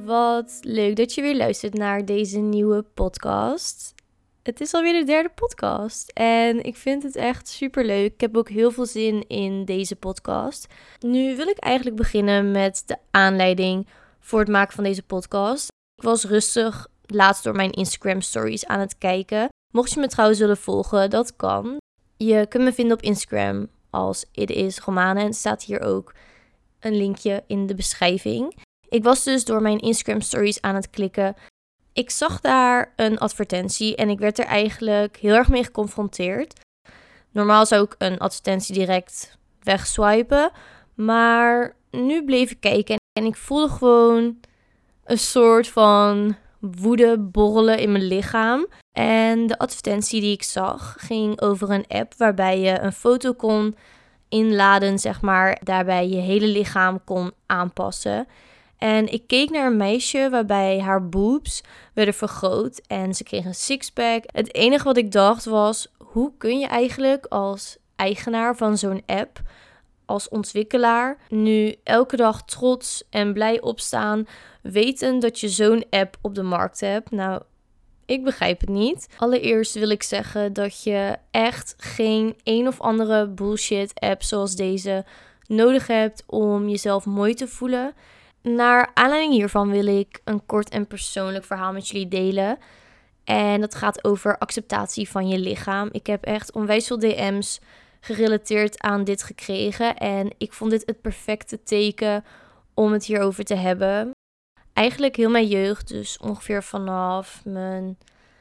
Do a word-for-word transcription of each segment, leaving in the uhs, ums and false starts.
Wat leuk dat je weer luistert naar deze nieuwe podcast. Het is alweer de derde podcast en ik vind het echt super leuk. Ik heb ook heel veel zin in deze podcast. Nu wil ik eigenlijk beginnen met de aanleiding voor het maken van deze podcast. Ik was rustig laatst door mijn Instagram stories aan het kijken. Mocht je me trouwens willen volgen, dat kan. Je kunt me vinden op Instagram als It Is Romane en het staat hier ook een linkje in de beschrijving. Ik was dus door mijn Instagram stories aan het klikken. Ik zag daar een advertentie en ik werd er eigenlijk heel erg mee geconfronteerd. Normaal zou ik een advertentie direct wegswipen, maar nu bleef ik kijken en ik voelde gewoon een soort van woede borrelen in mijn lichaam. En de advertentie die ik zag ging over een app waarbij je een foto kon inladen, zeg maar, daarbij je hele lichaam kon aanpassen. En ik keek naar een meisje waarbij haar boobs werden vergroot en ze kreeg een sixpack. Het enige wat ik dacht was, hoe kun je eigenlijk als eigenaar van zo'n app, als ontwikkelaar, nu elke dag trots en blij opstaan, weten dat je zo'n app op de markt hebt? Nou, ik begrijp het niet. Allereerst wil ik zeggen dat je echt geen een of andere bullshit app zoals deze nodig hebt om jezelf mooi te voelen. Naar aanleiding hiervan wil ik een kort en persoonlijk verhaal met jullie delen. En dat gaat over acceptatie van je lichaam. Ik heb echt onwijs veel D M's gerelateerd aan dit gekregen. En ik vond dit het perfecte teken om het hierover te hebben. Eigenlijk heel mijn jeugd, dus ongeveer vanaf mijn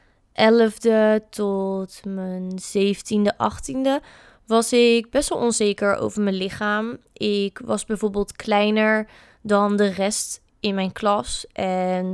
elfde tot mijn zeventiende, achttiende... was ik best wel onzeker over mijn lichaam. Ik was bijvoorbeeld kleiner dan de rest in mijn klas. En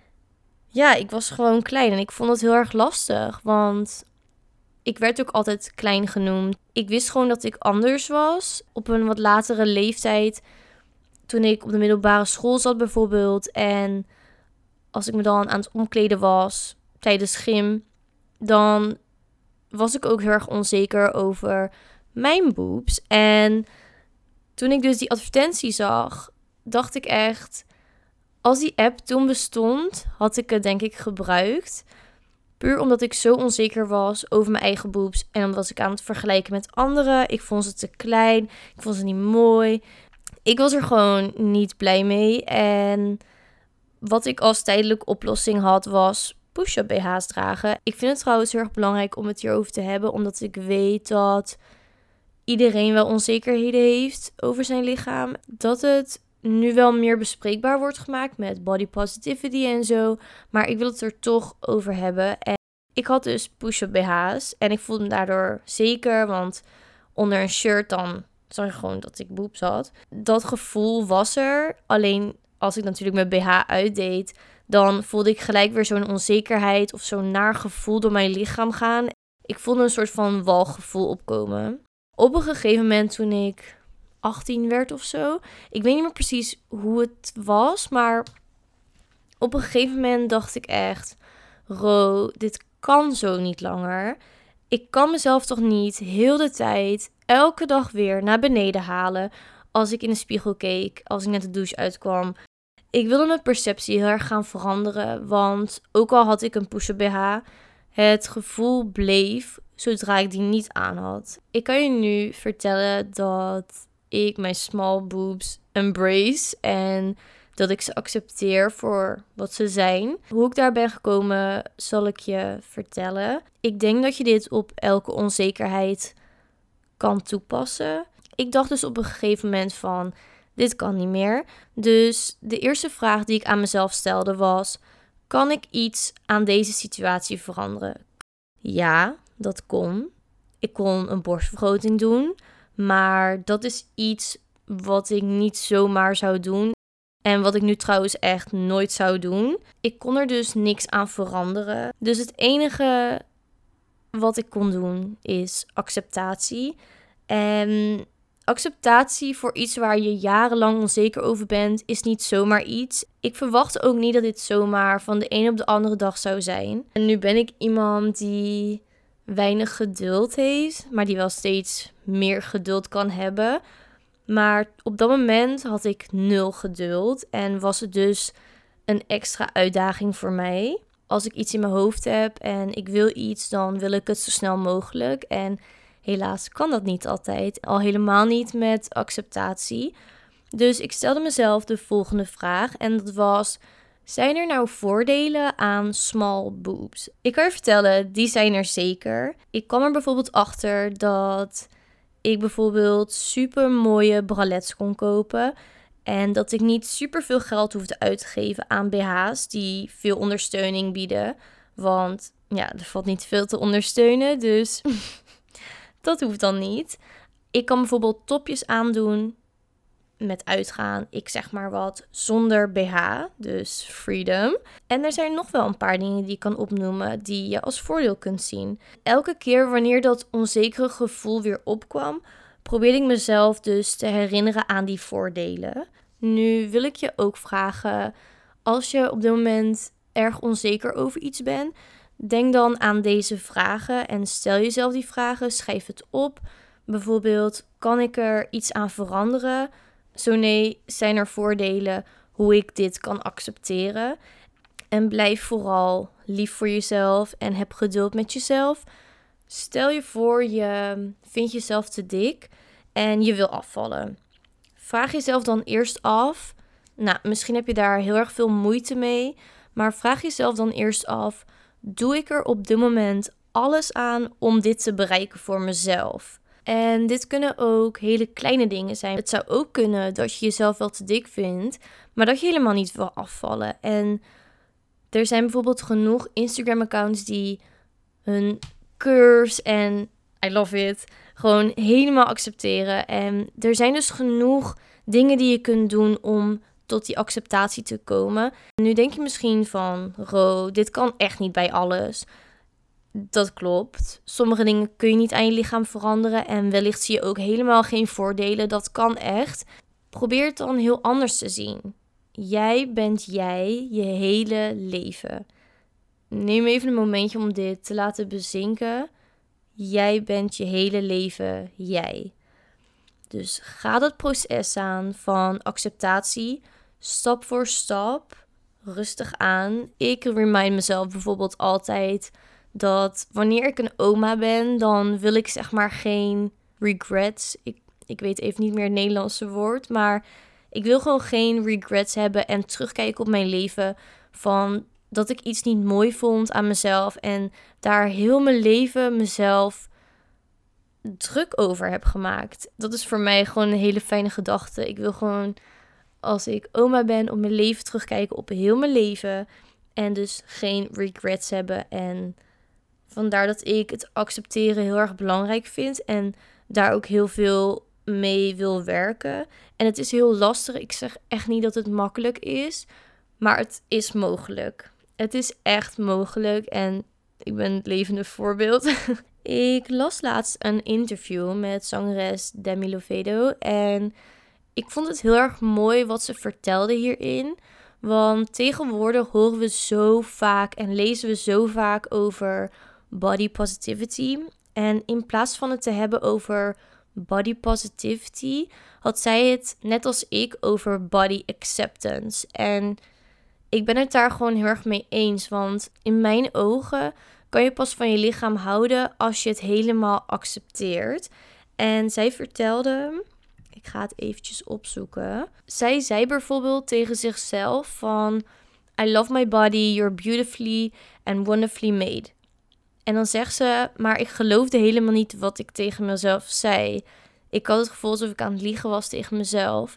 ja, ik was gewoon klein en ik vond het heel erg lastig, want ik werd ook altijd klein genoemd. Ik wist gewoon dat ik anders was op een wat latere leeftijd, toen ik op de middelbare school zat bijvoorbeeld. En als ik me dan aan het omkleden was tijdens gym, dan was ik ook heel erg onzeker over mijn boobs. En toen ik dus die advertentie zag, dacht ik echt, als die app toen bestond, had ik het denk ik gebruikt. Puur omdat ik zo onzeker was over mijn eigen boobs. En dan was ik aan het vergelijken met anderen. Ik vond ze te klein. Ik vond ze niet mooi. Ik was er gewoon niet blij mee. En wat ik als tijdelijke oplossing had, was push-up B H's dragen. Ik vind het trouwens heel erg belangrijk om het hierover te hebben, omdat ik weet dat iedereen wel onzekerheden heeft over zijn lichaam. Dat het nu wel meer bespreekbaar wordt gemaakt met body positivity en zo. Maar ik wil het er toch over hebben. En ik had dus push-up B H's en ik voelde me daardoor zeker, want onder een shirt dan zag je gewoon dat ik boobs had. Dat gevoel was er. Alleen als ik natuurlijk mijn B H uitdeed, dan voelde ik gelijk weer zo'n onzekerheid of zo'n naar gevoel door mijn lichaam gaan. Ik voelde een soort van walgevoel opkomen. Op een gegeven moment toen ik achttien werd of zo, ik weet niet meer precies hoe het was, maar op een gegeven moment dacht ik echt, Ro, dit kan zo niet langer. Ik kan mezelf toch niet heel de tijd, elke dag weer naar beneden halen als ik in de spiegel keek, als ik net de douche uitkwam. Ik wilde mijn perceptie heel erg gaan veranderen, want ook al had ik een push-up B H, het gevoel bleef zodra ik die niet aan had. Ik kan je nu vertellen dat ik mijn small boobs embrace en dat ik ze accepteer voor wat ze zijn. Hoe ik daar ben gekomen zal ik je vertellen. Ik denk dat je dit op elke onzekerheid kan toepassen. Ik dacht dus op een gegeven moment van, dit kan niet meer. Dus de eerste vraag die ik aan mezelf stelde was, kan ik iets aan deze situatie veranderen? Ja, dat kon. Ik kon een borstvergroting doen, maar dat is iets wat ik niet zomaar zou doen. En wat ik nu trouwens echt nooit zou doen. Ik kon er dus niks aan veranderen. Dus het enige wat ik kon doen is acceptatie. En acceptatie voor iets waar je jarenlang onzeker over bent, is niet zomaar iets. Ik verwachtte ook niet dat dit zomaar van de een op de andere dag zou zijn. En nu ben ik iemand die weinig geduld heeft, maar die wel steeds meer geduld kan hebben. Maar op dat moment had ik nul geduld en was het dus een extra uitdaging voor mij. Als ik iets in mijn hoofd heb en ik wil iets, dan wil ik het zo snel mogelijk. En helaas kan dat niet altijd. Al helemaal niet met acceptatie. Dus ik stelde mezelf de volgende vraag. En dat was: zijn er nou voordelen aan small boobs? Ik kan je vertellen, die zijn er zeker. Ik kwam er bijvoorbeeld achter dat ik bijvoorbeeld super mooie bralettes kon kopen. En dat ik niet super veel geld hoefde uit te geven aan B H's die veel ondersteuning bieden. Want ja, er valt niet veel te ondersteunen, dus dat hoeft dan niet. Ik kan bijvoorbeeld topjes aandoen met uitgaan, ik zeg maar wat, zonder B H, dus freedom. En er zijn nog wel een paar dingen die ik kan opnoemen die je als voordeel kunt zien. Elke keer wanneer dat onzekere gevoel weer opkwam, probeerde ik mezelf dus te herinneren aan die voordelen. Nu wil ik je ook vragen, als je op dit moment erg onzeker over iets bent, denk dan aan deze vragen en stel jezelf die vragen, schrijf het op. Bijvoorbeeld, kan ik er iets aan veranderen? Zo nee, zijn er voordelen hoe ik dit kan accepteren? En blijf vooral lief voor jezelf en heb geduld met jezelf. Stel je voor, je vindt jezelf te dik en je wil afvallen. Vraag jezelf dan eerst af, nou, misschien heb je daar heel erg veel moeite mee, maar vraag jezelf dan eerst af, doe ik er op dit moment alles aan om dit te bereiken voor mezelf? En dit kunnen ook hele kleine dingen zijn. Het zou ook kunnen dat je jezelf wel te dik vindt, maar dat je helemaal niet wil afvallen. En er zijn bijvoorbeeld genoeg Instagram-accounts die hun curves en I love it gewoon helemaal accepteren. En er zijn dus genoeg dingen die je kunt doen om tot die acceptatie te komen. Nu denk je misschien van, Ro, dit kan echt niet bij alles. Dat klopt. Sommige dingen kun je niet aan je lichaam veranderen en wellicht zie je ook helemaal geen voordelen. Dat kan echt. Probeer het dan heel anders te zien. Jij bent jij je hele leven. Neem even een momentje om dit te laten bezinken. Jij bent je hele leven jij. Dus ga dat proces aan van acceptatie, stap voor stap, rustig aan. Ik remind mezelf bijvoorbeeld altijd dat wanneer ik een oma ben, dan wil ik zeg maar geen regrets. Ik, ik weet even niet meer het Nederlandse woord, maar ik wil gewoon geen regrets hebben en terugkijken op mijn leven van dat ik iets niet mooi vond aan mezelf en daar heel mijn leven mezelf druk over heb gemaakt. Dat is voor mij gewoon een hele fijne gedachte. Ik wil gewoon, als ik oma ben, op mijn leven terugkijken op heel mijn leven en dus geen regrets hebben. En vandaar dat ik het accepteren heel erg belangrijk vind en daar ook heel veel mee wil werken. En het is heel lastig. Ik zeg echt niet dat het makkelijk is, maar het is mogelijk. Het is echt mogelijk en ik ben het levende voorbeeld. Ik las laatst een interview met zangeres Demi Lovato en ik vond het heel erg mooi wat ze vertelde hierin. Want tegenwoordig horen we zo vaak en lezen we zo vaak over body positivity. En in plaats van het te hebben over body positivity, had zij het net als ik over body acceptance. En ik ben het daar gewoon heel erg mee eens, want in mijn ogen kan je pas van je lichaam houden als je het helemaal accepteert. En zij vertelde, ik ga het eventjes opzoeken. Zij zei bijvoorbeeld tegen zichzelf van, I love my body, you're beautifully and wonderfully made. En dan zegt ze, maar ik geloofde helemaal niet wat ik tegen mezelf zei. Ik had het gevoel alsof ik aan het liegen was tegen mezelf.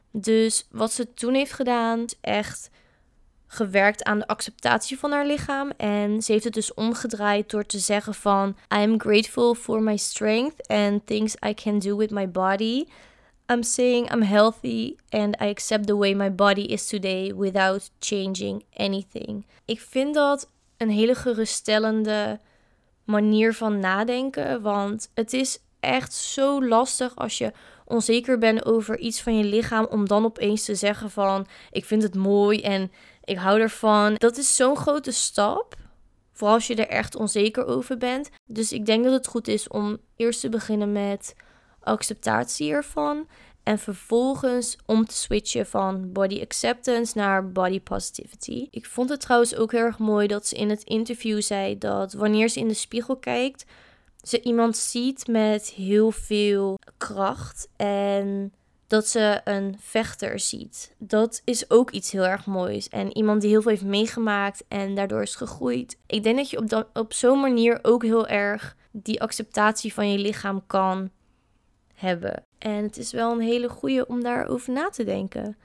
Dus wat ze toen heeft gedaan, is echt gewerkt aan de acceptatie van haar lichaam. En ze heeft het dus omgedraaid door te zeggen van, I am grateful for my strength and things I can do with my body. I'm saying I'm healthy and I accept the way my body is today without changing anything. Ik vind dat een hele geruststellende manier van nadenken, want het is echt zo lastig als je onzeker bent over iets van je lichaam om dan opeens te zeggen van, ik vind het mooi en ik hou ervan. Dat is zo'n grote stap, vooral als je er echt onzeker over bent. Dus ik denk dat het goed is om eerst te beginnen met acceptatie ervan En vervolgens om te switchen van body acceptance naar body positivity. Ik vond het trouwens ook heel erg mooi dat ze in het interview zei dat wanneer ze in de spiegel kijkt, ze iemand ziet met heel veel kracht en dat ze een vechter ziet. Dat is ook iets heel erg moois. En iemand die heel veel heeft meegemaakt en daardoor is gegroeid. Ik denk dat je op, dat, op zo'n manier ook heel erg die acceptatie van je lichaam kan hebben. En het is wel een hele goeie om daarover na te denken.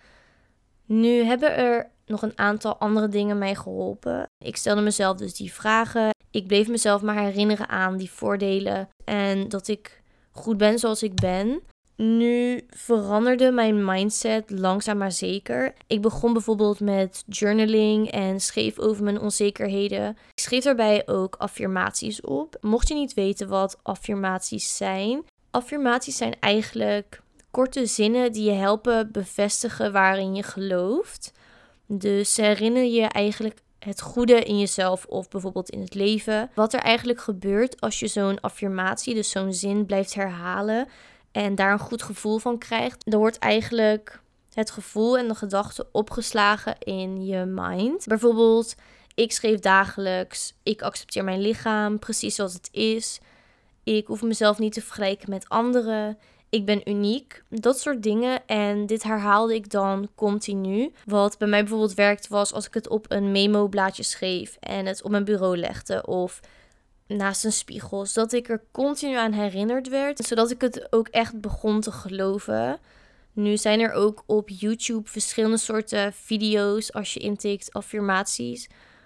Nu hebben er nog een aantal andere dingen mij geholpen. Ik stelde mezelf dus die vragen. Ik bleef mezelf maar herinneren aan die voordelen. En dat ik goed ben zoals ik ben. Nu veranderde mijn mindset langzaam maar zeker. Ik begon bijvoorbeeld met journaling en schreef over mijn onzekerheden. Ik schreef daarbij ook affirmaties op. Mocht je niet weten wat affirmaties zijn. Affirmaties zijn eigenlijk korte zinnen die je helpen bevestigen waarin je gelooft. Dus ze herinneren je eigenlijk het goede in jezelf of bijvoorbeeld in het leven. Wat er eigenlijk gebeurt als je zo'n affirmatie, dus zo'n zin blijft herhalen en daar een goed gevoel van krijgt. Dan wordt eigenlijk het gevoel en de gedachte opgeslagen in je mind. Bijvoorbeeld, ik schreef dagelijks, ik accepteer mijn lichaam precies zoals het is. Ik hoef mezelf niet te vergelijken met anderen. Ik ben uniek. Dat soort dingen. En dit herhaalde ik dan continu. Wat bij mij bijvoorbeeld werkte was als ik het op een memo-blaadje schreef en het op mijn bureau legde of naast een spiegel. Zodat ik er continu aan herinnerd werd. Zodat ik het ook echt begon te geloven. Nu zijn er ook op YouTube verschillende soorten video's als je intikt affirmaties.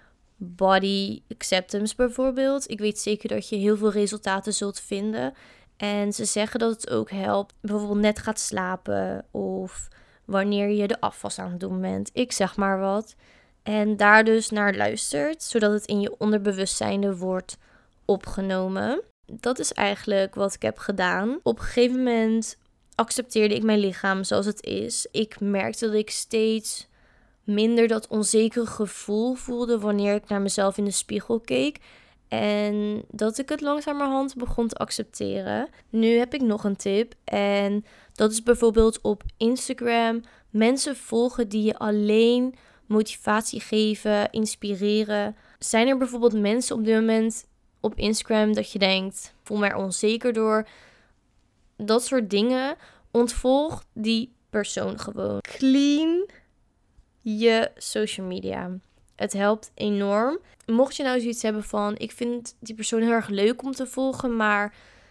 Body acceptance bijvoorbeeld. Ik weet zeker dat je heel veel resultaten zult vinden. En ze zeggen dat het ook helpt. Bijvoorbeeld net gaat slapen. Of wanneer je de afwas aan het doen bent. Ik zeg maar wat. En daar dus naar luistert. Zodat het in je onderbewustzijn wordt opgenomen. Dat is eigenlijk wat ik heb gedaan. Op een gegeven moment accepteerde ik mijn lichaam zoals het is. Ik merkte dat ik steeds minder dat onzekere gevoel voelde wanneer ik naar mezelf in de spiegel keek. En dat ik het langzamerhand begon te accepteren. Nu heb ik nog een tip. En dat is bijvoorbeeld op Instagram mensen volgen die je alleen motivatie geven, inspireren. Zijn er bijvoorbeeld mensen op dit moment op Instagram dat je denkt, voel me er onzeker door. Dat soort dingen. Ontvolg die persoon gewoon. Clean je social media. Het helpt enorm. Mocht je nou zoiets hebben van, ik vind die persoon heel erg leuk om te volgen, maar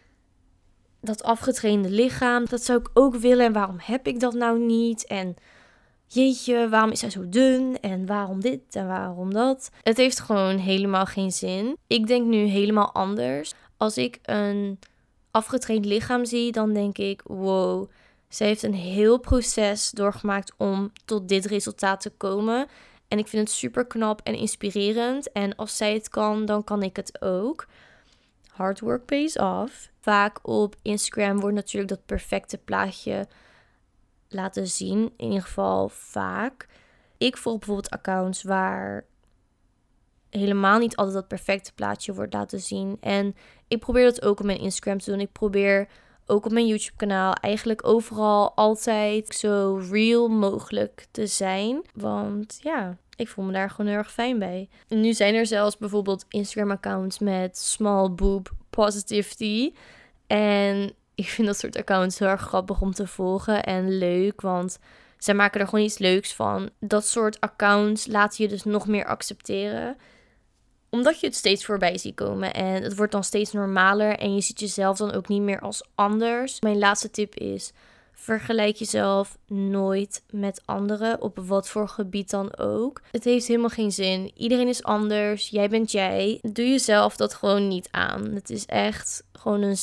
dat afgetrainde lichaam, dat zou ik ook willen. En waarom heb ik dat nou niet? En jeetje, waarom is hij zo dun? En waarom dit en waarom dat? Het heeft gewoon helemaal geen zin. Ik denk nu helemaal anders. Als ik een afgetraind lichaam zie, dan denk ik, wow, zij heeft een heel proces doorgemaakt om tot dit resultaat te komen. En ik vind het super knap en inspirerend. En als zij het kan, dan kan ik het ook. Hard work pays off. Vaak op Instagram wordt natuurlijk dat perfecte plaatje laten zien. In ieder geval vaak. Ik volg bijvoorbeeld accounts waar helemaal niet altijd dat perfecte plaatje wordt laten zien. En ik probeer dat ook op mijn Instagram te doen. Ik probeer ook op mijn YouTube kanaal eigenlijk overal altijd zo real mogelijk te zijn. Want ja, ik voel me daar gewoon heel erg fijn bij. Nu zijn er zelfs bijvoorbeeld Instagram accounts met small boob positivity. En ik vind dat soort accounts heel erg grappig om te volgen en leuk. Want zij maken er gewoon iets leuks van. Dat soort accounts laten je dus nog meer accepteren. Omdat je het steeds voorbij ziet komen. En het wordt dan steeds normaler. En je ziet jezelf dan ook niet meer als anders. Mijn laatste tip is, vergelijk jezelf nooit met anderen. Op wat voor gebied dan ook. Het heeft helemaal geen zin. Iedereen is anders. Jij bent jij. Doe jezelf dat gewoon niet aan. Het is echt gewoon een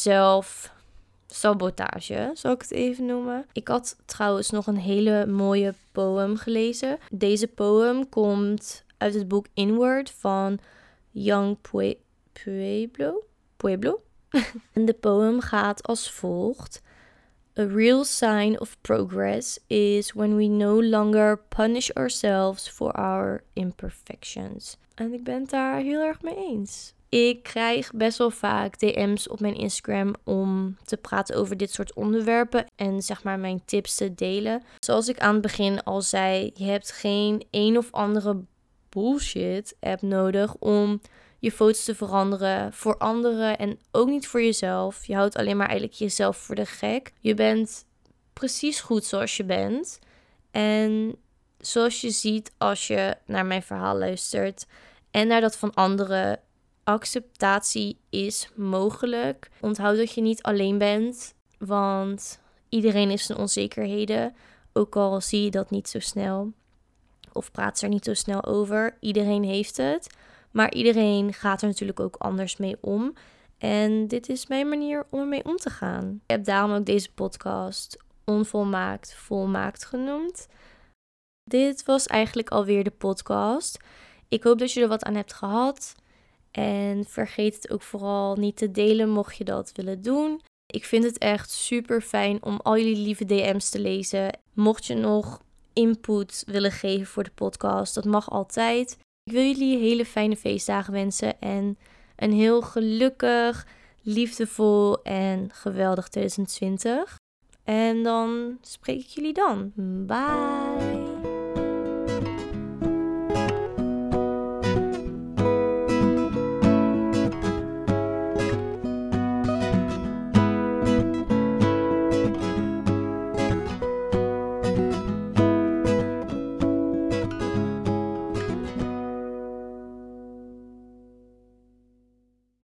zelfsabotage, zal ik het even noemen. Ik had trouwens nog een hele mooie poem gelezen. Deze poem komt uit het boek Inward van Young Pue- Pueblo. Pueblo. En de poem gaat als volgt. A real sign of progress is when we no longer punish ourselves for our imperfections. En ik ben het daar heel erg mee eens. Ik krijg best wel vaak D M's op mijn Instagram om te praten over dit soort onderwerpen en zeg maar mijn tips te delen. Zoals ik aan het begin al zei, je hebt geen een of andere bullshit app nodig om je foto's te veranderen voor anderen en ook niet voor jezelf. Je houdt alleen maar eigenlijk jezelf voor de gek. Je bent precies goed zoals je bent. En zoals je ziet als je naar mijn verhaal luistert en naar dat van anderen, acceptatie is mogelijk. Onthoud dat je niet alleen bent, want iedereen heeft zijn onzekerheden. Ook al zie je dat niet zo snel of praat ze er niet zo snel over. Iedereen heeft het, maar iedereen gaat er natuurlijk ook anders mee om. En dit is mijn manier om ermee om te gaan. Ik heb daarom ook deze podcast Onvolmaakt Volmaakt genoemd. Dit was eigenlijk alweer de podcast. Ik hoop dat je er wat aan hebt gehad. En vergeet het ook vooral niet te delen mocht je dat willen doen. Ik vind het echt super fijn om al jullie lieve D M's te lezen. Mocht je nog input willen geven voor de podcast, dat mag altijd. Ik wil jullie hele fijne feestdagen wensen en een heel gelukkig, liefdevol en geweldig twintig twintig. En dan spreek ik jullie dan. Bye!